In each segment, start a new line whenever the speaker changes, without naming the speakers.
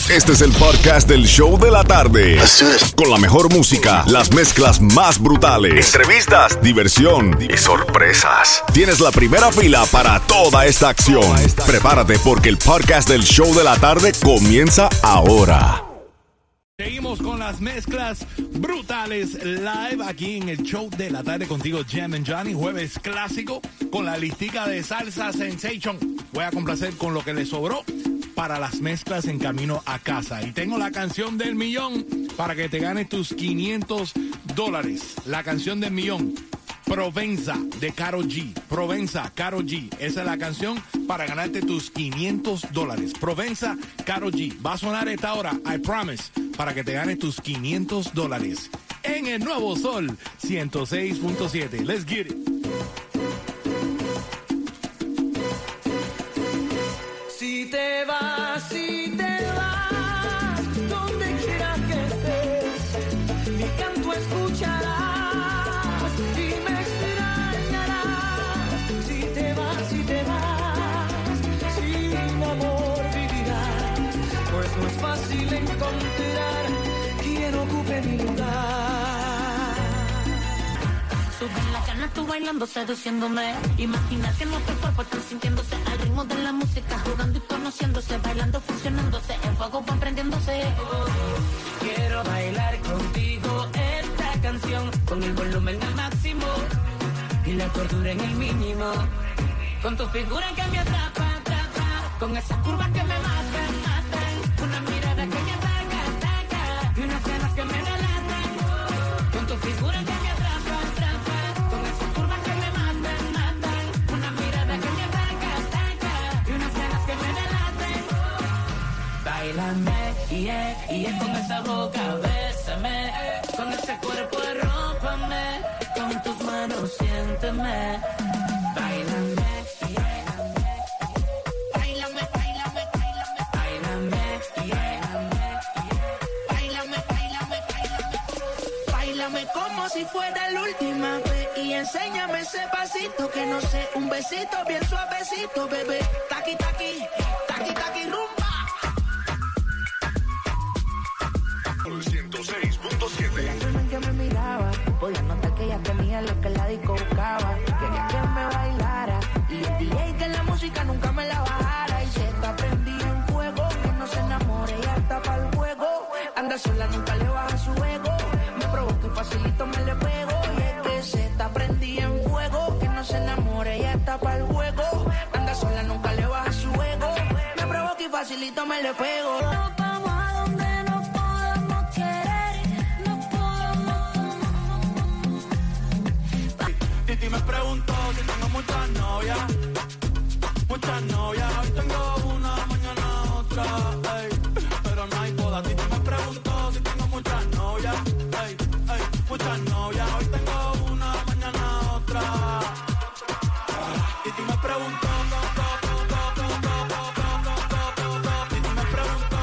Este es el podcast del show de la tarde. Con la mejor música, las mezclas más brutales, entrevistas, diversión y sorpresas. Tienes la primera fila para toda esta acción. Prepárate porque el podcast del show de la tarde comienza ahora.
Seguimos con las mezclas brutales live aquí en el show de la tarde contigo, Jam and Johnny. Jueves clásico con la listica de Salsa Sensation. Voy a complacer con lo que le sobró para las mezclas en camino a casa. Y tengo la canción del millón para que te ganes tus $500. La canción del millón. Provenza de Karol G. Provenza, Karol G. Esa es la canción para ganarte tus $500. Provenza, Karol G. Va a sonar esta hora, I promise, para que te ganes tus $500 en el Nuevo Sol 106.7. Let's get it.
Si te vas, donde quiera que estés, mi canto escucharás. No es fácil encontrar quien ocupe mi lugar.
Sube en la cana tú bailando, seduciéndome. Imagina que nuestros cuerpos están sintiéndose al ritmo de la música, jugando y conociéndose, bailando, funcionándose, el fuego va prendiéndose.
Quiero bailar contigo esta canción, con el volumen al máximo y la cordura en el mínimo.
Con tu figura que me atrapa,
con esas curvas que me matan. Una mirada que me ataca, y unas ganas que me delatan. Con tu figura que me atrapa, con esas curvas que me matan. Una mirada que me ataca, y unas ganas que me delatan. Báilame, yeah, con esa boca, bésame. Con ese cuerpo, rómpame. Con tus manos, siénteme. Báilame. Como si fuera la última vez y enséñame ese pasito que no sé, un besito bien suavecito, bebé. Taqui, taqui, taqui, taqui, rumba.
106.7.
Que me miraba, podía notar que ella tenía lo que la disco buscaba. Quería que me bailara y el DJ que la música nunca me la bajara. Y se está prendida en fuego, que no se enamore, ella está para el juego. Anda sola, nunca le baja su ego. Y facilito me le pego. Y es que se está prendida en fuego, que no se enamore, ella está para el juego. Anda sola, nunca le baja su ego. Me provoca y facilito me le pego.
Nos vamos a donde nos podamos querer, nos podamos.
Titi me preguntó si tengo muchas novias. Muchas novias, hoy tengo una, mañana otra, ey. Pero no hay boda. Titi me preguntó si tengo muchas novias. Muchas novias, hoy tengo una, mañana otra. Titi me preguntó, Titi me preguntó,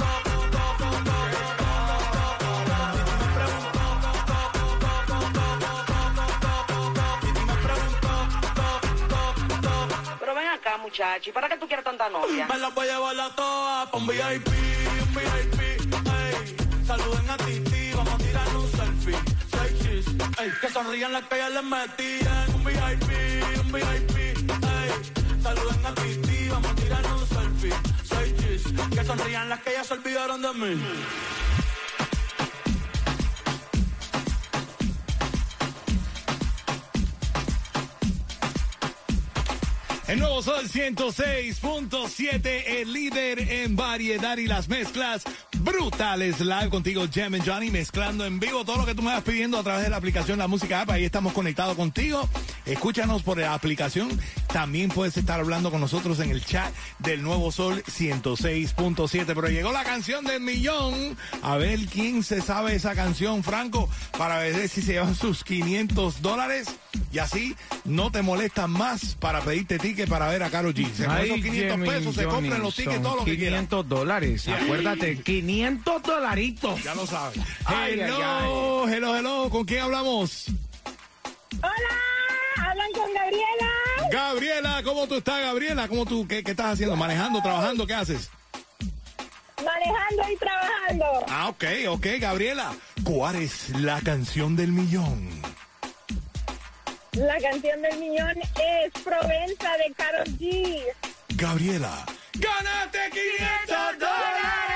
Pero ven acá, muchachi, ¿para qué tú quieres tanta novia?
me la voy a llevar a todas pa' un VIP, ey. Saluden a Titi, vamos a tirar un selfie. Ey, que sonrían las que ya les metían. Un VIP, ey. Saluden a Titi, vamos a tirar un selfie. Soy Gis, que sonrían las que ya se olvidaron de mí.
El Nuevo Sol 106.7, el líder en variedad y las mezclas brutales live contigo, Jam and Johnny, mezclando en vivo todo lo que tú me vas pidiendo a través de la aplicación La Música App. Ahí estamos conectados contigo. Escúchanos por la aplicación. También puedes estar hablando con nosotros en el chat del Nuevo Sol 106.7. Pero llegó la canción del millón. A ver quién se sabe esa canción, Franco, para ver si se llevan sus $500. Y así no te molestan más para pedirte ticket para ver a Karol G. Se con esos 500 pesos se compran los tickets, todo lo que quieran.
$500. Acuérdate, $500.
Ya lo sabes.
Ay,
Hello,
ay,
hello. ¿Con quién hablamos?
Hola, hablan con Gabriela.
Gabriela, ¿cómo tú estás, Gabriela? ¿Cómo tú, qué estás haciendo? ¿Manejando, trabajando? ¿Qué haces?
Manejando y trabajando.
Ah, ok, Gabriela. ¿Cuál es la canción del millón?
La canción del millón es Provenza de Karol G.
Gabriela, ¡gánate 500 dólares!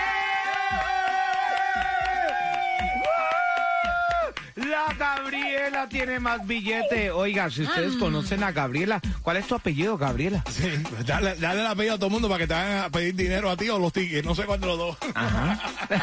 La Gabriela tiene más billete. Oiga, si ustedes conocen a Gabriela, ¿cuál es tu apellido, Gabriela?
Sí, dale el apellido a todo el mundo para que te vayan a pedir dinero a ti o los tickets. No sé cuál de los dos.
Ajá.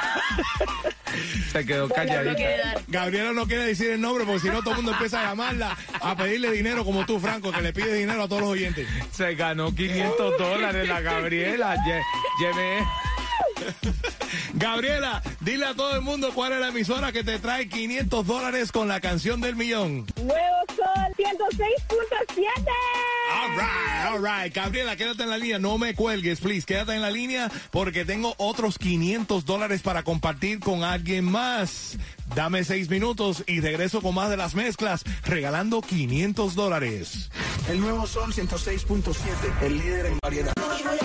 Se quedó calladita.
Gabriela no quiere decir el nombre porque si no todo el mundo empieza a llamarla a pedirle dinero como tú, Franco, que le pide dinero a todos los oyentes.
Se ganó 500 dólares la Gabriela. Lleve.
Gabriela, dile a todo el mundo cuál es la emisora que te trae 500 dólares con la canción del millón.
Nuevo Sol 106.7.
All right. Gabriela, quédate en la línea. No me cuelgues, please. Quédate en la línea porque tengo otros 500 dólares para compartir con alguien más. Dame 6 minutos y regreso con más de las mezclas, regalando 500 dólares.
El Nuevo Sol 106.7, el líder en variedad.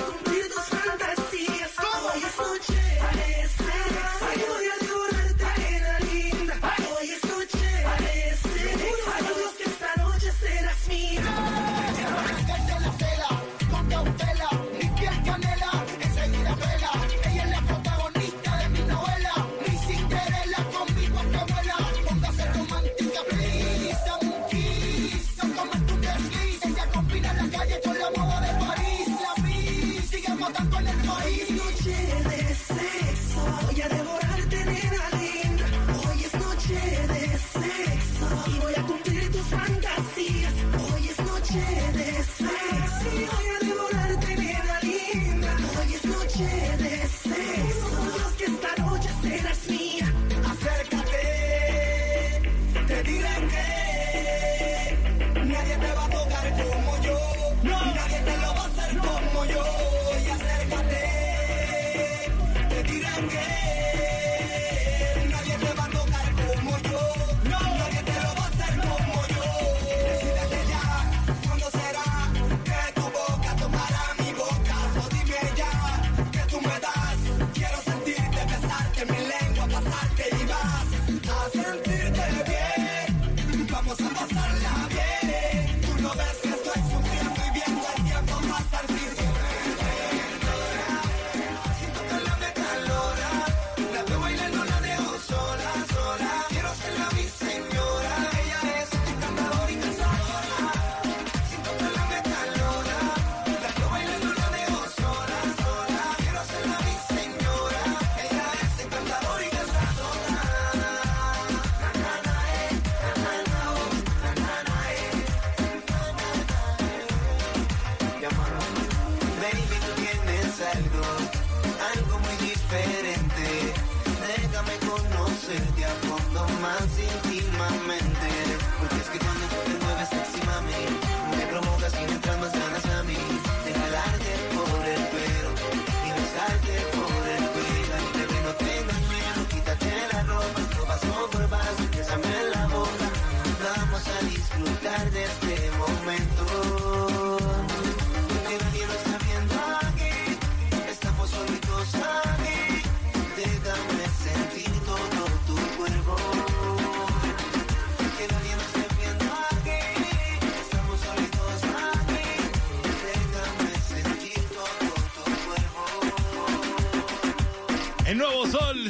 El Nuevo Sol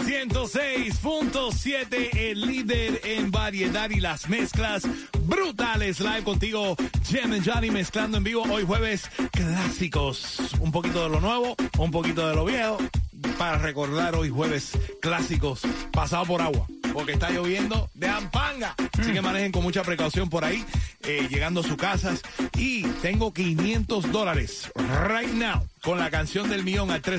106.7, el líder en variedad y las mezclas brutales. Live contigo, Jam and Johnny, mezclando en vivo hoy jueves clásicos. Un poquito de lo nuevo, un poquito de lo viejo, para recordar hoy jueves clásicos pasado por agua, porque está lloviendo de ampanga. Así que manejen con mucha precaución por ahí, llegando a sus casas. Y tengo 500 dólares right now con la canción del millón al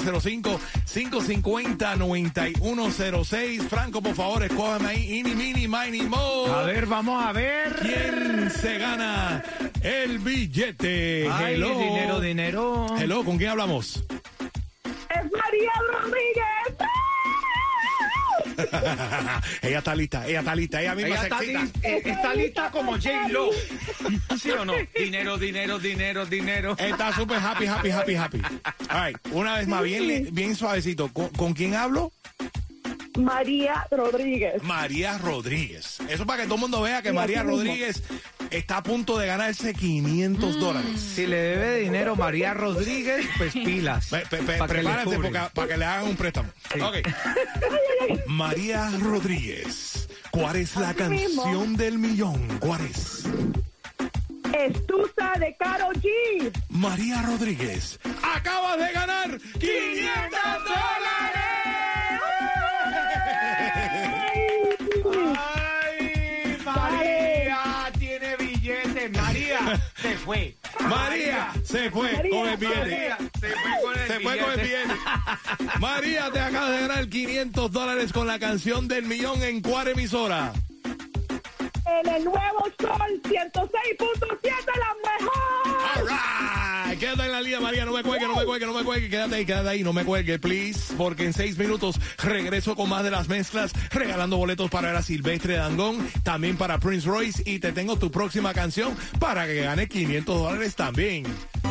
305-550-9106. Franco, por favor, escógeme ahí. Ini, mini, mini, mo.
A ver, vamos a ver.
¿Quién se gana el billete?
Ay,
Hello.
Dinero.
Hello, ¿con quién hablamos?
Es María Rodríguez.
Ella está lista, ella misma
Ella
se
está,
excita.
está lista como J-Lo. ¿Sí o no? Dinero, dinero, dinero, dinero.
Está súper happy. All right, una vez más, bien suavecito. ¿Con quién hablo?
María Rodríguez.
María Rodríguez. Eso para que todo el mundo vea que
Sí,
María
así mismo.
Rodríguez está a punto de ganarse $500.
Si le debe dinero María Rodríguez, pues pilas. Pa' que le
Prepárense
cubren.
para que le hagan un préstamo.
Sí.
Ok. María Rodríguez. ¿Cuál es la
Así mismo.
canción del millón? ¿Cuál es?
Estusa de Karol G.
María Rodríguez. Acabas de ganar $500.
¡Ay, María! Tiene billetes. María se fue.
María se fue con el billete.
María se fue con el
Se fue con el billete. María, te acabas de ganar $500 con la canción del millón. ¿En cuál emisora?
En el Nuevo Sol 106.7, la mejor.
All right. Quédate en la línea, María. No me cuelgue. Quédate ahí. No me cuelgue, please. Porque en 6 minutos regreso con más de las mezclas, regalando boletos para la Silvestre Dangond, también para Prince Royce. Y te tengo tu próxima canción para que gane $500 también.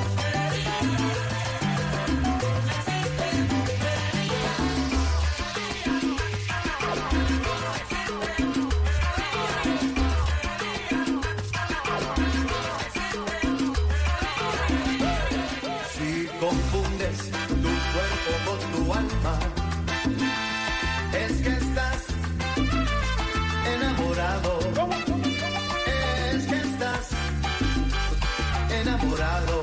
Si confundes tu cuerpo con tu alma, es que estás enamorado. Es que estás enamorado.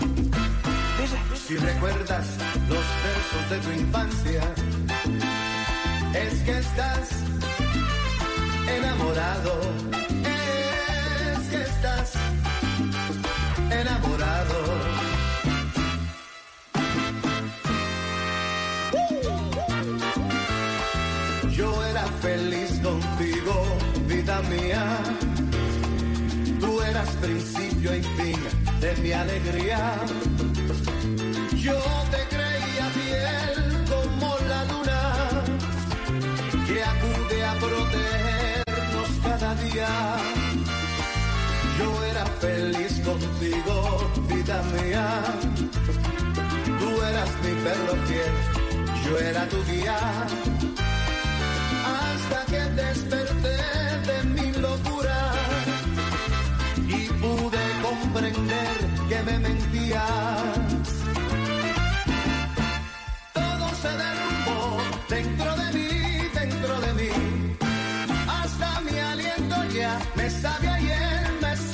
Si recuerdas los versos de tu infancia, es que estás enamorado. Es que estás enamorado. Yo era feliz contigo, vida mía. Tú eras principio y fin de mi alegría. Yo te creía fiel como la luna que acude a protegernos cada día. Yo era feliz contigo, vida mía. Tú eras mi perro fiel, yo era tu guía. Hasta que desperté de mi locura y pude comprender que me mentías. Todo se derrumbó dentro de mí, hasta mi aliento ya me sabe ayer.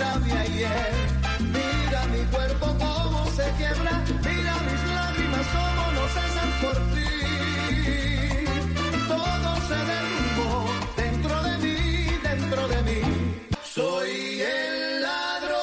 Mira mi cuerpo cómo se quiebra, mira mis lágrimas cómo no cesan por ti. Todo se derrumbó dentro de mí. Soy el ladrón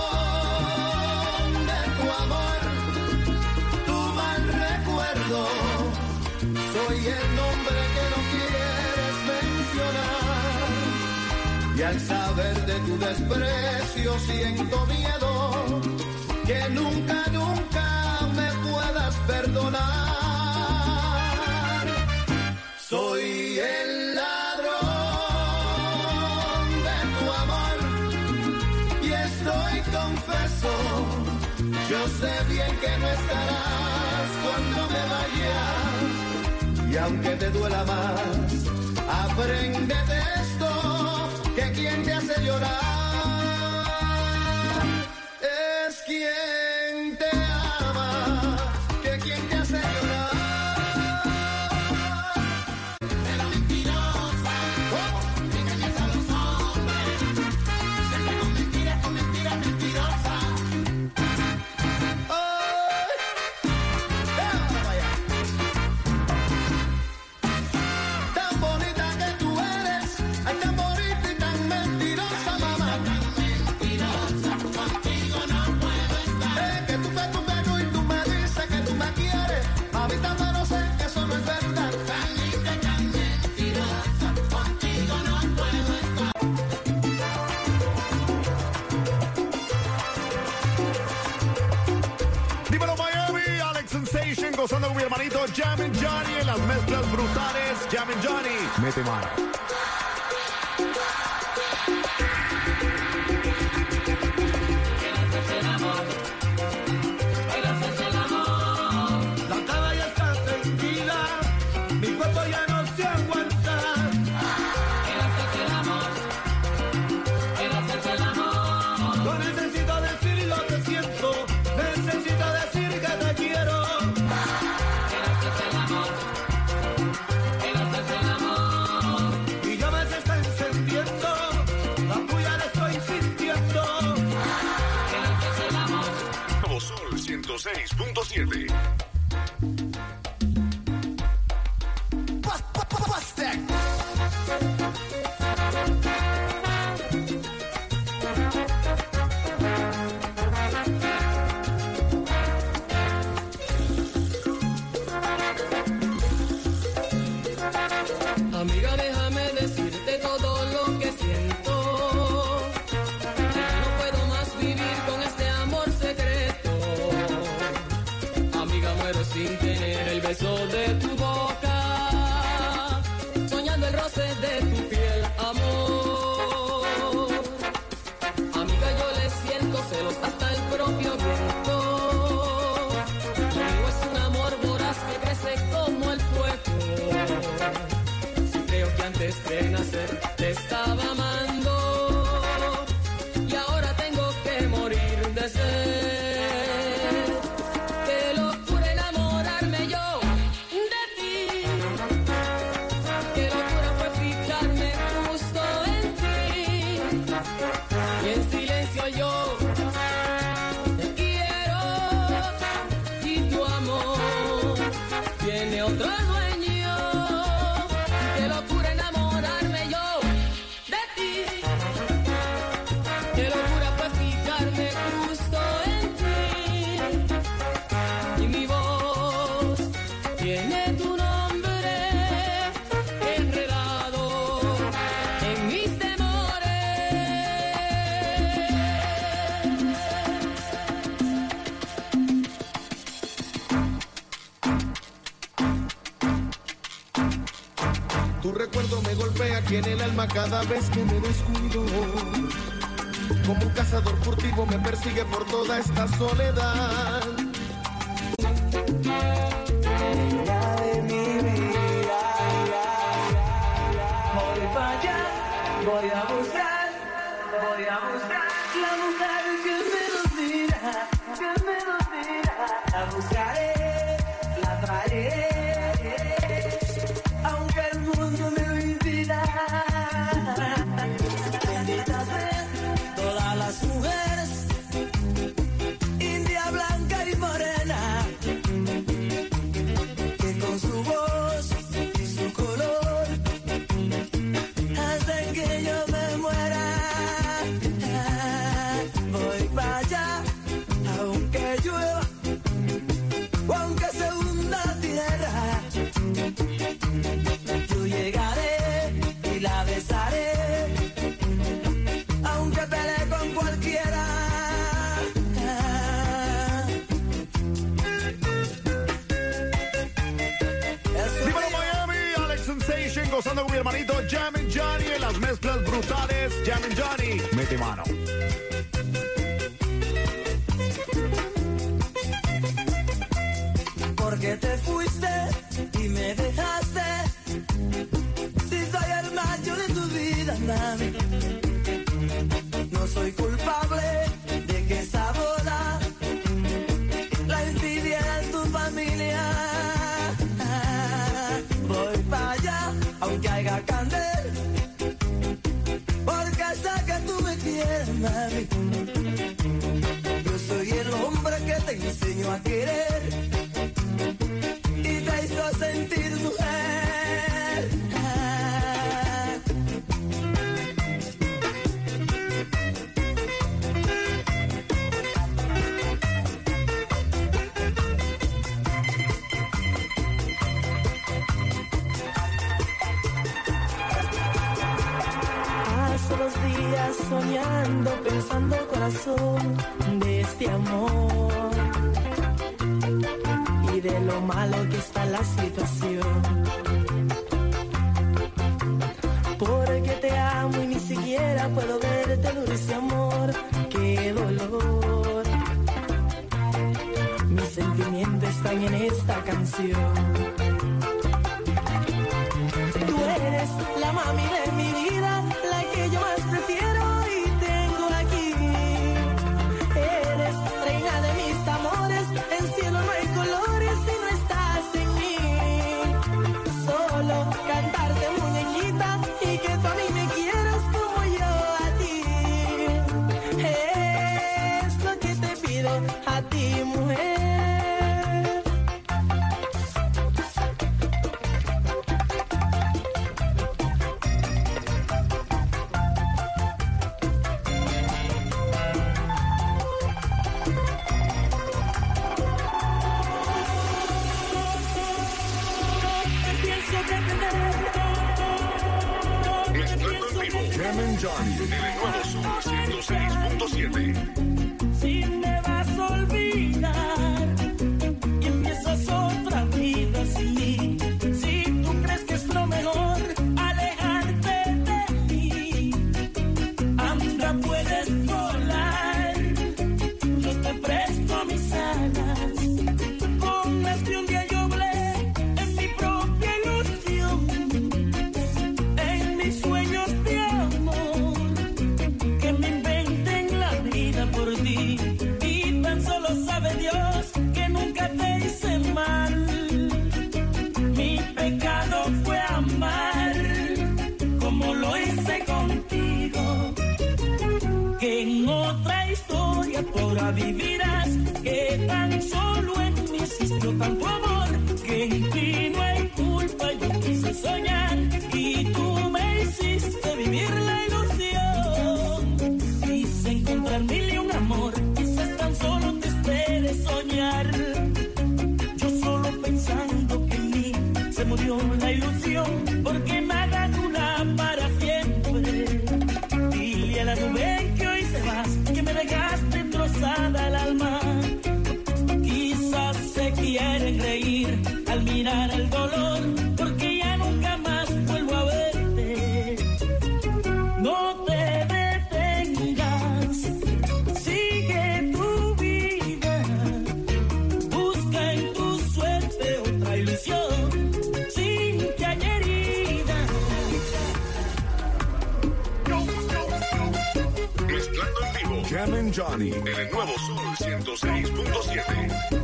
de tu amor, tu mal recuerdo. Soy el nombre que no quieres mencionar. Y al saber de tu desprecio siento miedo que nunca me puedas perdonar. Soy el ladrón de tu amor y estoy confeso. Yo sé bien que no estarás cuando me vaya. Y aunque te duela más, apréndete esto, que quien te hace llorar es quien te ama, que quien te hace llorar. Era mentirosa, engañas a los hombres, siempre con mentiras, mentirosa. Tan bonita que tú eres, ay, tan bonita y tan mentirosa, mamá. Tan mentirosa, contigo no puedo estar. Que tú y tú me dices que tú me quieres. Ahorita no sé que eso no es verdad. Tan linda y tan mentirosa, contigo no puedo estar.
Dímelo Miami, Alex Sensation, gozando con mi hermanito Jam and Johnny en las mezclas brutales.
Jam and Johnny. Mete mano.
La cama ya está tendida, mi cuerpo ya no se aguanta. No necesito decir lo que siento, necesito decir que te quiero. Y ya me se está encendiendo, la tuya la estoy sintiendo.
Nuevo Sol 106.7.
Amiga, déjame decirte todo lo que siento. Ya no puedo más vivir con este amor secreto. Amiga, muero sin tener el beso de tu boca, soñando el roce de tu piel, amor. Amiga, yo le siento celos hasta el propio viento. Lo mío es un amor voraz que crece como el fuego. Creo que antes de nacer te estaba amando y ahora tengo que morir de sed. Qué locura enamorarme yo de ti. Qué locura fue fijarme justo en ti. Y en silencio yo te quiero y tu amor tiene otro dueño. Qué locura enamorarme yo de ti. Qué locura fue fijarme justo en ti. Y mi voz tiene tu nombre enredado en mis temores.
Tu recuerdo me golpea aquí en el alma cada vez que me descuido. Como un cazador furtivo me persigue por toda esta soledad. Ella de mi vida, voy para allá, voy a buscar la mujer que me domina, la buscaré, la traeré. Aunque el mundo me impida, bendita sean todas las mujeres, india, blanca y morena, que con su voz y su color hacen que yo me muera. Voy para allá, aunque llueva, o aunque se hunda tierra. Yo llegaré y la besaré, aunque pelee con cualquiera.
Dímelo Miami, Alex Sensation gozando con mi hermanito Jam and Johnny en las mezclas brutales. Jam and Johnny, mete mano.
Porque te fuiste y me dejaste. Si soy el macho de tu vida, mami, no soy culpable de que esa boda la impidiera en tu familia. Voy para allá, aunque haya candel, porque sé que tú me quieres, mami. Yo soy el hombre que te enseñó a querer y te hizo sentir mujer. Paso los días soñando, pensando corazón de este amor y de lo malo que está la situación.
ilusión. Tú eres la mami de mi vida, la que yo más prefiero y tengo aquí. Eres reina de mis amores, en cielo no hay colores si no estás en mí. Solo cantarte muñequita y que tú a mí me quieras como yo a ti. Es lo que te pido a ti, mujer.
Johnny, en el nuevo Sol 106.7.
Si me vas a olvidar y empiezas otra vida sin mí, si tú crees que es lo mejor alejarte de mí, anda, puedes volar, yo te presto mis alas, con las que un día yo volé en mi propia ilusión, en mis sueños de amor, que me inventen la vida por ti, y tan solo sabe Dios que nunca te hice mal. Mi pecado fue amar como lo hice contigo, que en otra historia tú ahora vivirás, que tan solo en mí existió tanto amor, que en ti no hay culpa, yo quise soñar y tú me hiciste vivir la ilusión. Quise encontrar mil y un amor, quizás tan solo te espere soñar. Yo solo pensando que en mí se murió la ilusión, porque nada dura para siempre. Dile a la nube que hoy te vas, que me dejaste trozada el alma. Quizás se quieren reír al mirar el dolor, porque ya nunca más vuelvo a verte. No te detengas, sigue tu vida, busca en tu suerte otra ilusión, sin que haya herida.
Mezclando en vivo, Jam and Johnny, en el nuevo Sol 106.7.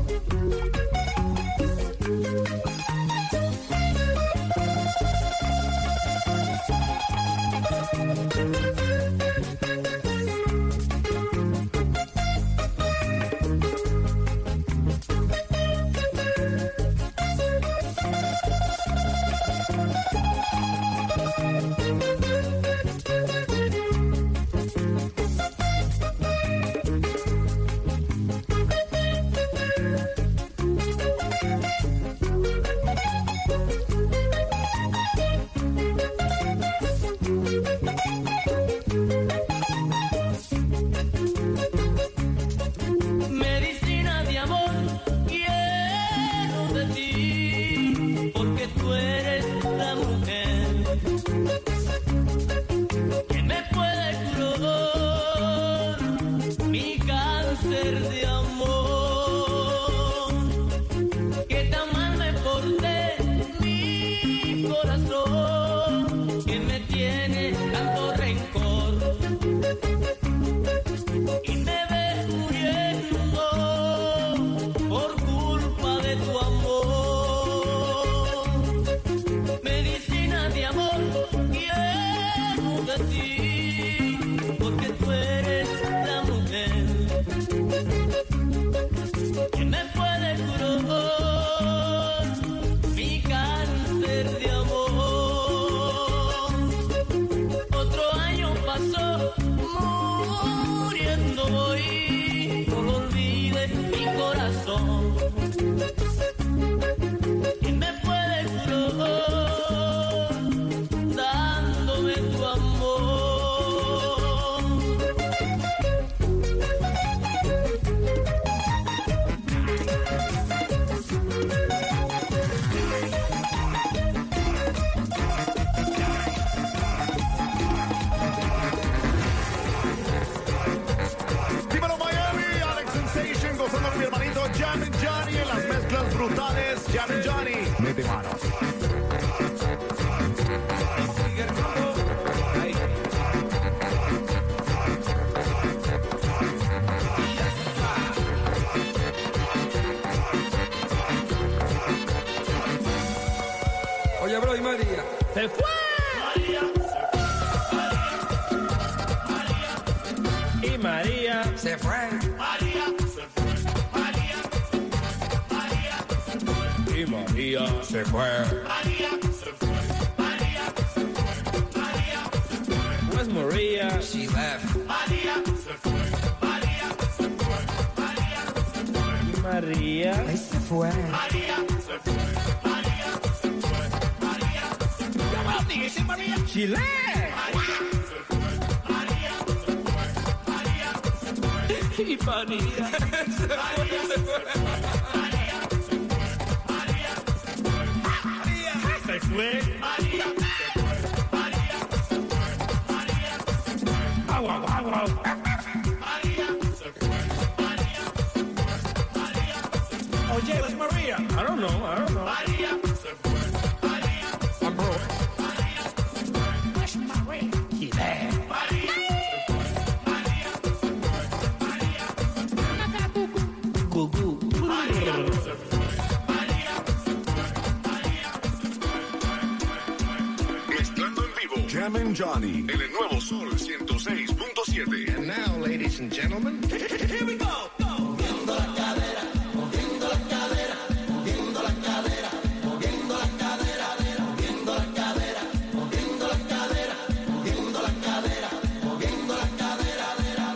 Medicina de amor, quiero de ti, porque tú eres la mujer que me puede curar mi cáncer de amor, que tan mal me porté mi corazón, que me tiene tanto rencor y me ves muriendo por culpa de tu amor. Medicina de amor, quiero de ti, porque tú eres la mujer que me puede curar mi cáncer de amor.
Oye, bro, y María.
Se fue. María se fue. Y María
se fue.
María se fue. María se fue. María se fue. Y María
se fue.
María se fue. María se fue. María se fue. Where's Maria?
She left.
María se fue. María se fue. María se fue. Y María
ahí se fue.
María se fue. María se fue. María se fue. Come on, nigga, say María. She left. María se fue. María se fue. María se fue. Y María se fue. María se fue. María se fue. María se fue. María se fue. María se fue. María se fue. María se fue. Agua, agua, agua. María se fue. María se fue. María se fue. Oye, where's Maria? I don't know. María se fue. María se fue. María se fue. Where's Maria? She left. María se fue. María se fue. María se fue. Cucú. María se fue. María se fue. María se fue.
Mezclando en vivo. Jam and Johnny en el nuevo Sol 106.7.
And now, ladies and gentlemen,
Here we go.
Moviendo la cadera, moviendo la cadera, moviendo la cadera, moviendo la cadera, moviendo la cadera, moviendo la cadera, moviendo la cadera, moviendo la cadera,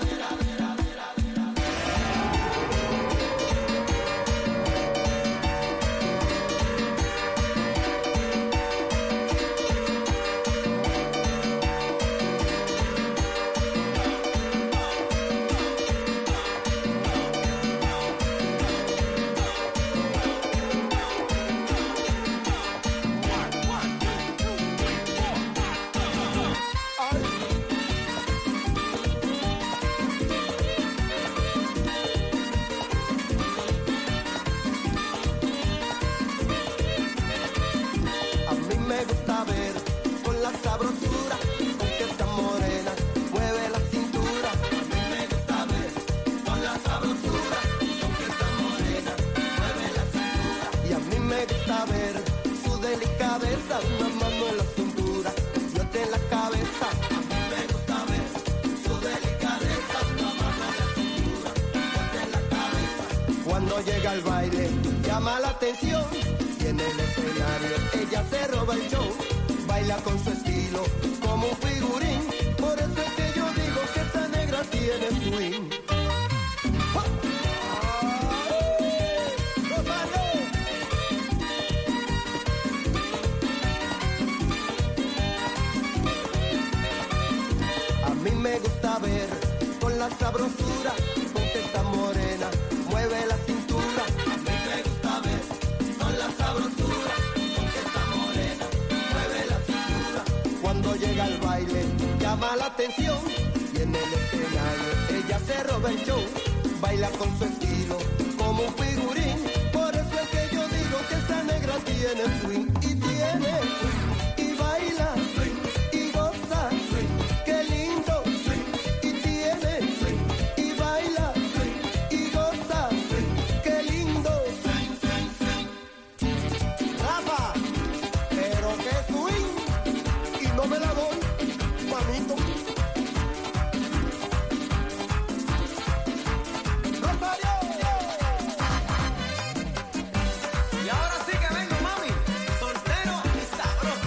A mí me gusta ver con la sabrosura con que esta morena mueve la cintura. A mí me gusta ver con la sabrosura con que esta morena mueve la cintura. Y a mí me gusta ver su delicadeza, una mano en la cintura y otra en la cabeza. A mí me gusta ver su delicadeza, una mano en la cintura y otra en la cabeza. Cuando llega al baile llama la atención. Y en el escenario ella se roba el show, baila con su estilo como un figurín. Por eso es que yo digo que esta negra tiene swing. ¡Ja! ¡Ay! ¡Gózalo! A mí me gusta ver con la sabrosura con que esta morena mueve la cintura. A mí me gusta ver con la sabrosura con que esta morena mueve la cintura. Cuando llega al baile llama la atención y en el escenario ella se roba el show, baila con su estilo como un figurín. Por eso es que yo digo que esta negra tiene swing y tiene swing y baila swing y goza swing. Qué lindo swing y tiene swing y baila swing y goza swing. Qué lindo swing, swing, swing. Rafa, pero qué swing y no me la doy, mamito. Y ahora sí que vengo, mami, soltero y sabroso.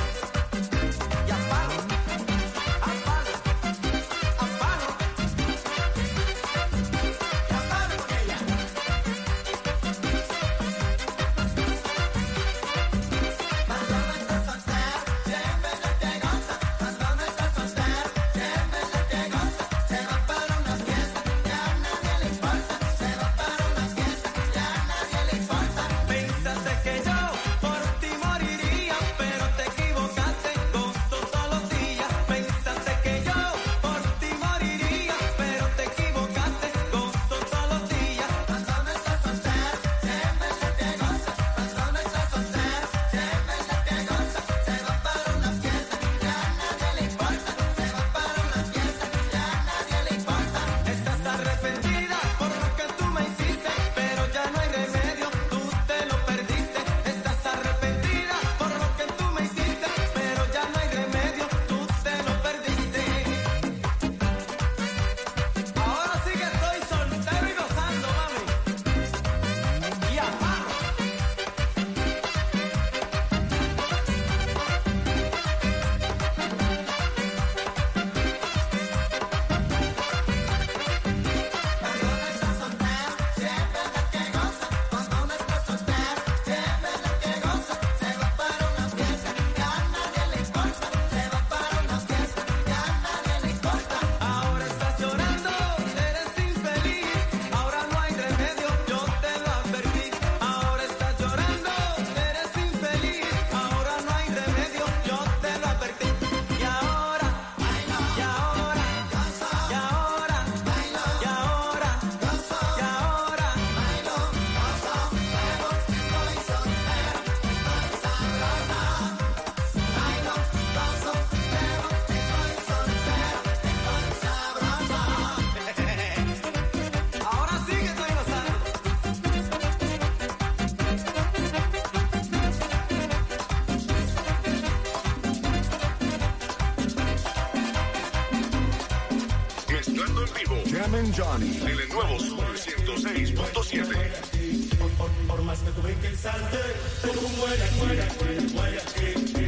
vivo. Jam and Johnny en el nuevo Sol 106.7.
Por más que tú ven que salte, tú mueres aquí.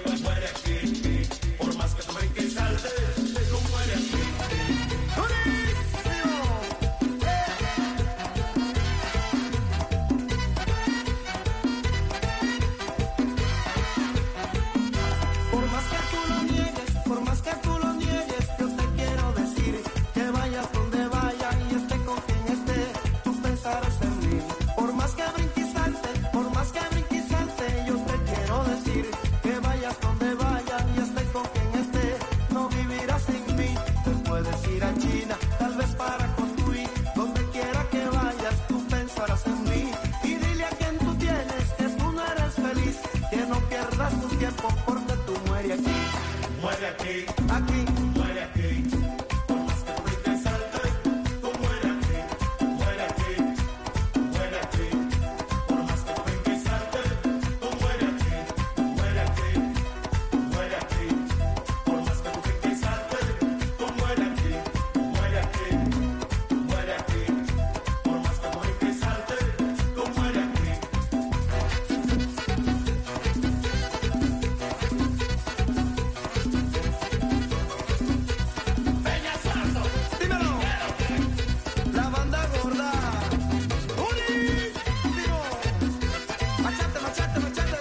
Por más que tú ven que salte, tú mueres aquí.
Por más que tú lo niegues, por más que tú lo niegues, yo te quiero decir que vayas donde vaya y esté con quien esté, tú pensarás en mí. Por más que brinques salte, por más que brinques salte, yo te quiero decir que vayas donde vaya y esté con quien esté, no vivirás sin mí. Te puedes ir a China, tal vez para construir, donde quiera que vayas, tú pensarás en mí. Y dile a quien tú tienes que tú no eres feliz, que no pierdas tu tiempo porque tú mueres aquí.
Muere aquí,
Aquí,
muere aquí. Por más que tú ven que salte, tú mueres aquí. Muere aquí, muere aquí. Por más que tú ven que salte, tú mueres aquí. Muere aquí, muere aquí. Por más que tú ven que salte, tú mueres aquí. Muere aquí, muere aquí. Por más que tú ven que salte, tú mueres aquí.
dímelo. La banda gorda. Unísimo. Machate, machate, machate.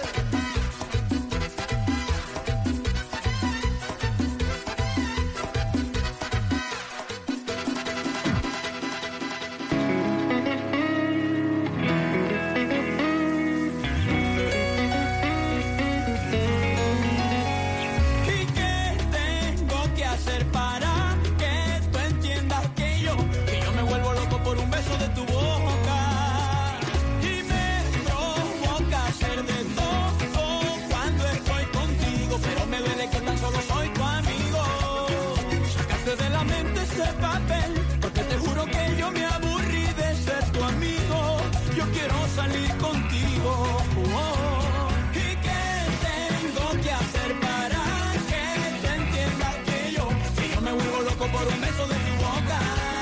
¿Y qué tengo que hacer para que tú entiendas que yo me vuelvo loco por un beso de tu boca? Y me provoca hacer de todo cuando estoy contigo, pero me duele que tan solo soy tu amigo. Sacaste de la mente ese papel, porque te juro que yo me aburrí de ser tu amigo. Yo quiero salir contigo. ¿Y qué tengo que hacer para que tú entiendas que yo me vuelvo loco por un beso de tu boca?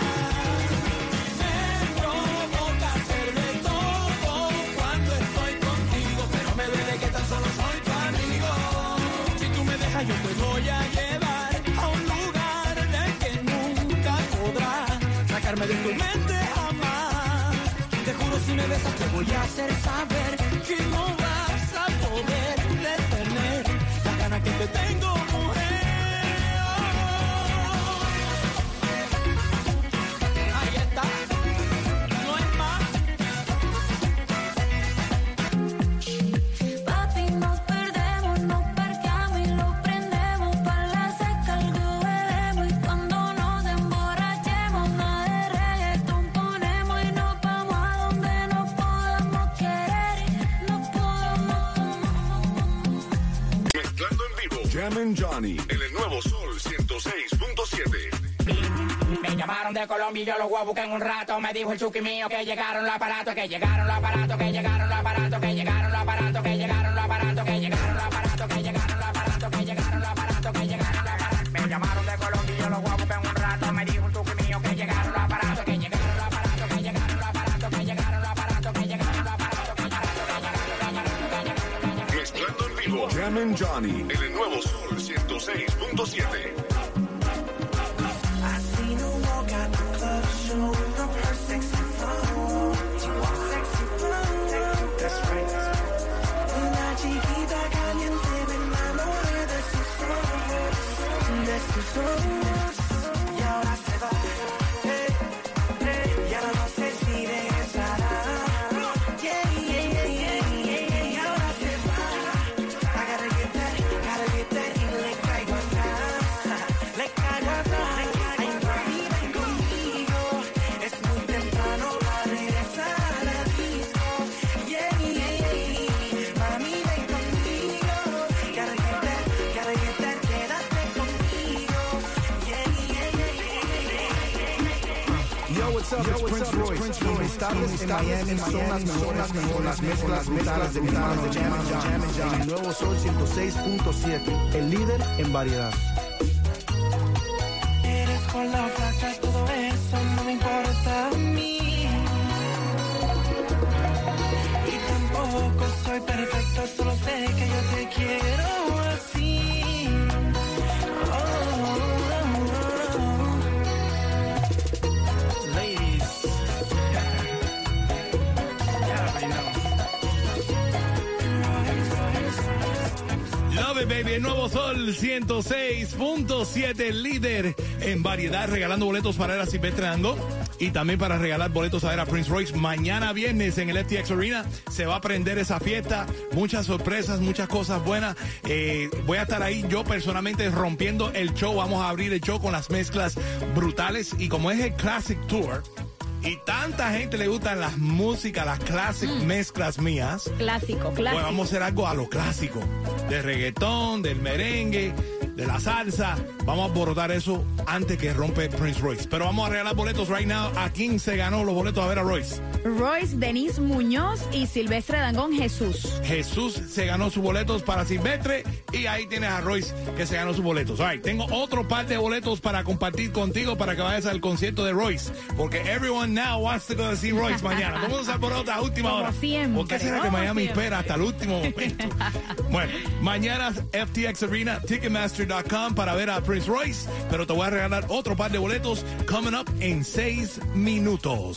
Me provoca hacer de todo cuando estoy contigo, pero me duele que tan solo soy tu amigo. Si tú me dejas yo te voy a llevar a un lugar del que nunca podrás sacarme de tu mente jamás. Te juro si me besas te voy a hacer saber que no vas a poder detener la gana que te tengo, mujer. Ahí está, no es más.
Papi, nos perdemos, nos parqueamos y lo prendemos. Pa' la seca algo bebemos y cuando nos emborrachemos, nada de reggaetón ponemos y nos vamos a donde nos podamos querer y nos podamos.
Mezclando en vivo. Jam and Johnny en el nuevo Sol 106.7.
Me llamaron de Colombia y yo los voy a buscar en un rato. Me dijo el chuki mío que llegaron los aparatos, que llegaron los aparatos, que llegaron los aparatos, que llegaron los aparatos, que llegaron los aparatos, que llegaron los aparatos, que llegaron los aparatos, que llegaron los aparatos, que llegaron los aparatos. Me llamaron de Colombia y yo los voy a buscar en un rato. Me dijo el chuki mío que llegaron los aparatos, que llegaron los aparatos, que llegaron los aparatos, que llegaron los aparatos, que llegaron los aparatos, que llegaron.
Mezclando en vivo. Jam and Johnny en el nuevo Sol 106.7.
I seen her walk out the club, showing up her sexy phone. She walks sexy phone. That's right. Una chiquita caliente, me enamoré de sus ojos, de sus ojos. Y ahora se va, y ahora no sé si regresará. Y ahora se va. I gotta get that, y le caigo atrás. Le caigo atrás. Ay, mami, ven conmigo. Es muy temprano para regresar a la disco. Mami, ven conmigo. Gotta get that, quédate conmigo.
Yo, what's up? It's Prince Royce. Estamos en Miami, son las mezclas brutales de mi hermano Jam and Johnny. El nuevo Sol 106.7, el líder en variedad.
Eres con la flaca, todo es soy perfecto, solo sé que yo te quiero así. Ladies.
Love it, baby. El nuevo Sol 106.7, líder en variedad, regalando boletos para ir a Silvestre Dangond y también para regalar boletos a ver a Prince Royce. Mañana viernes en el FTX Arena se va a prender esa fiesta. Muchas sorpresas, muchas cosas buenas. Voy a estar ahí yo personalmente rompiendo el show. Vamos a abrir el show con las mezclas brutales. Y como es el Classic Tour y tanta gente le gustan las músicas, las classic mezclas mías,
Clásico,
pues
clásico.
vamos a hacer algo a lo clásico, del reggaetón, del merengue, de la salsa. Vamos a abordar eso antes que rompe Prince Royce. Pero vamos a regalar boletos right now. ¿A quién se ganó los boletos a ver a Royce?
Royce, Denise Muñoz y Silvestre Dangond, Jesús.
Jesús se ganó sus boletos para Silvestre y ahí tienes a Royce que se ganó sus boletos. All right, tengo otro par de boletos para compartir contigo para que vayas al concierto de Royce, porque everyone now wants to go to see Royce mañana. Vamos a por otra última
Como
hora.
siempre,
¿Por qué será que
como
Miami
siempre.
espera hasta el último momento? Bueno, mañana FTX Arena, Ticketmaster.com para ver a Prince Royce, pero te voy a regalar otro par de boletos coming up en 6 minutos.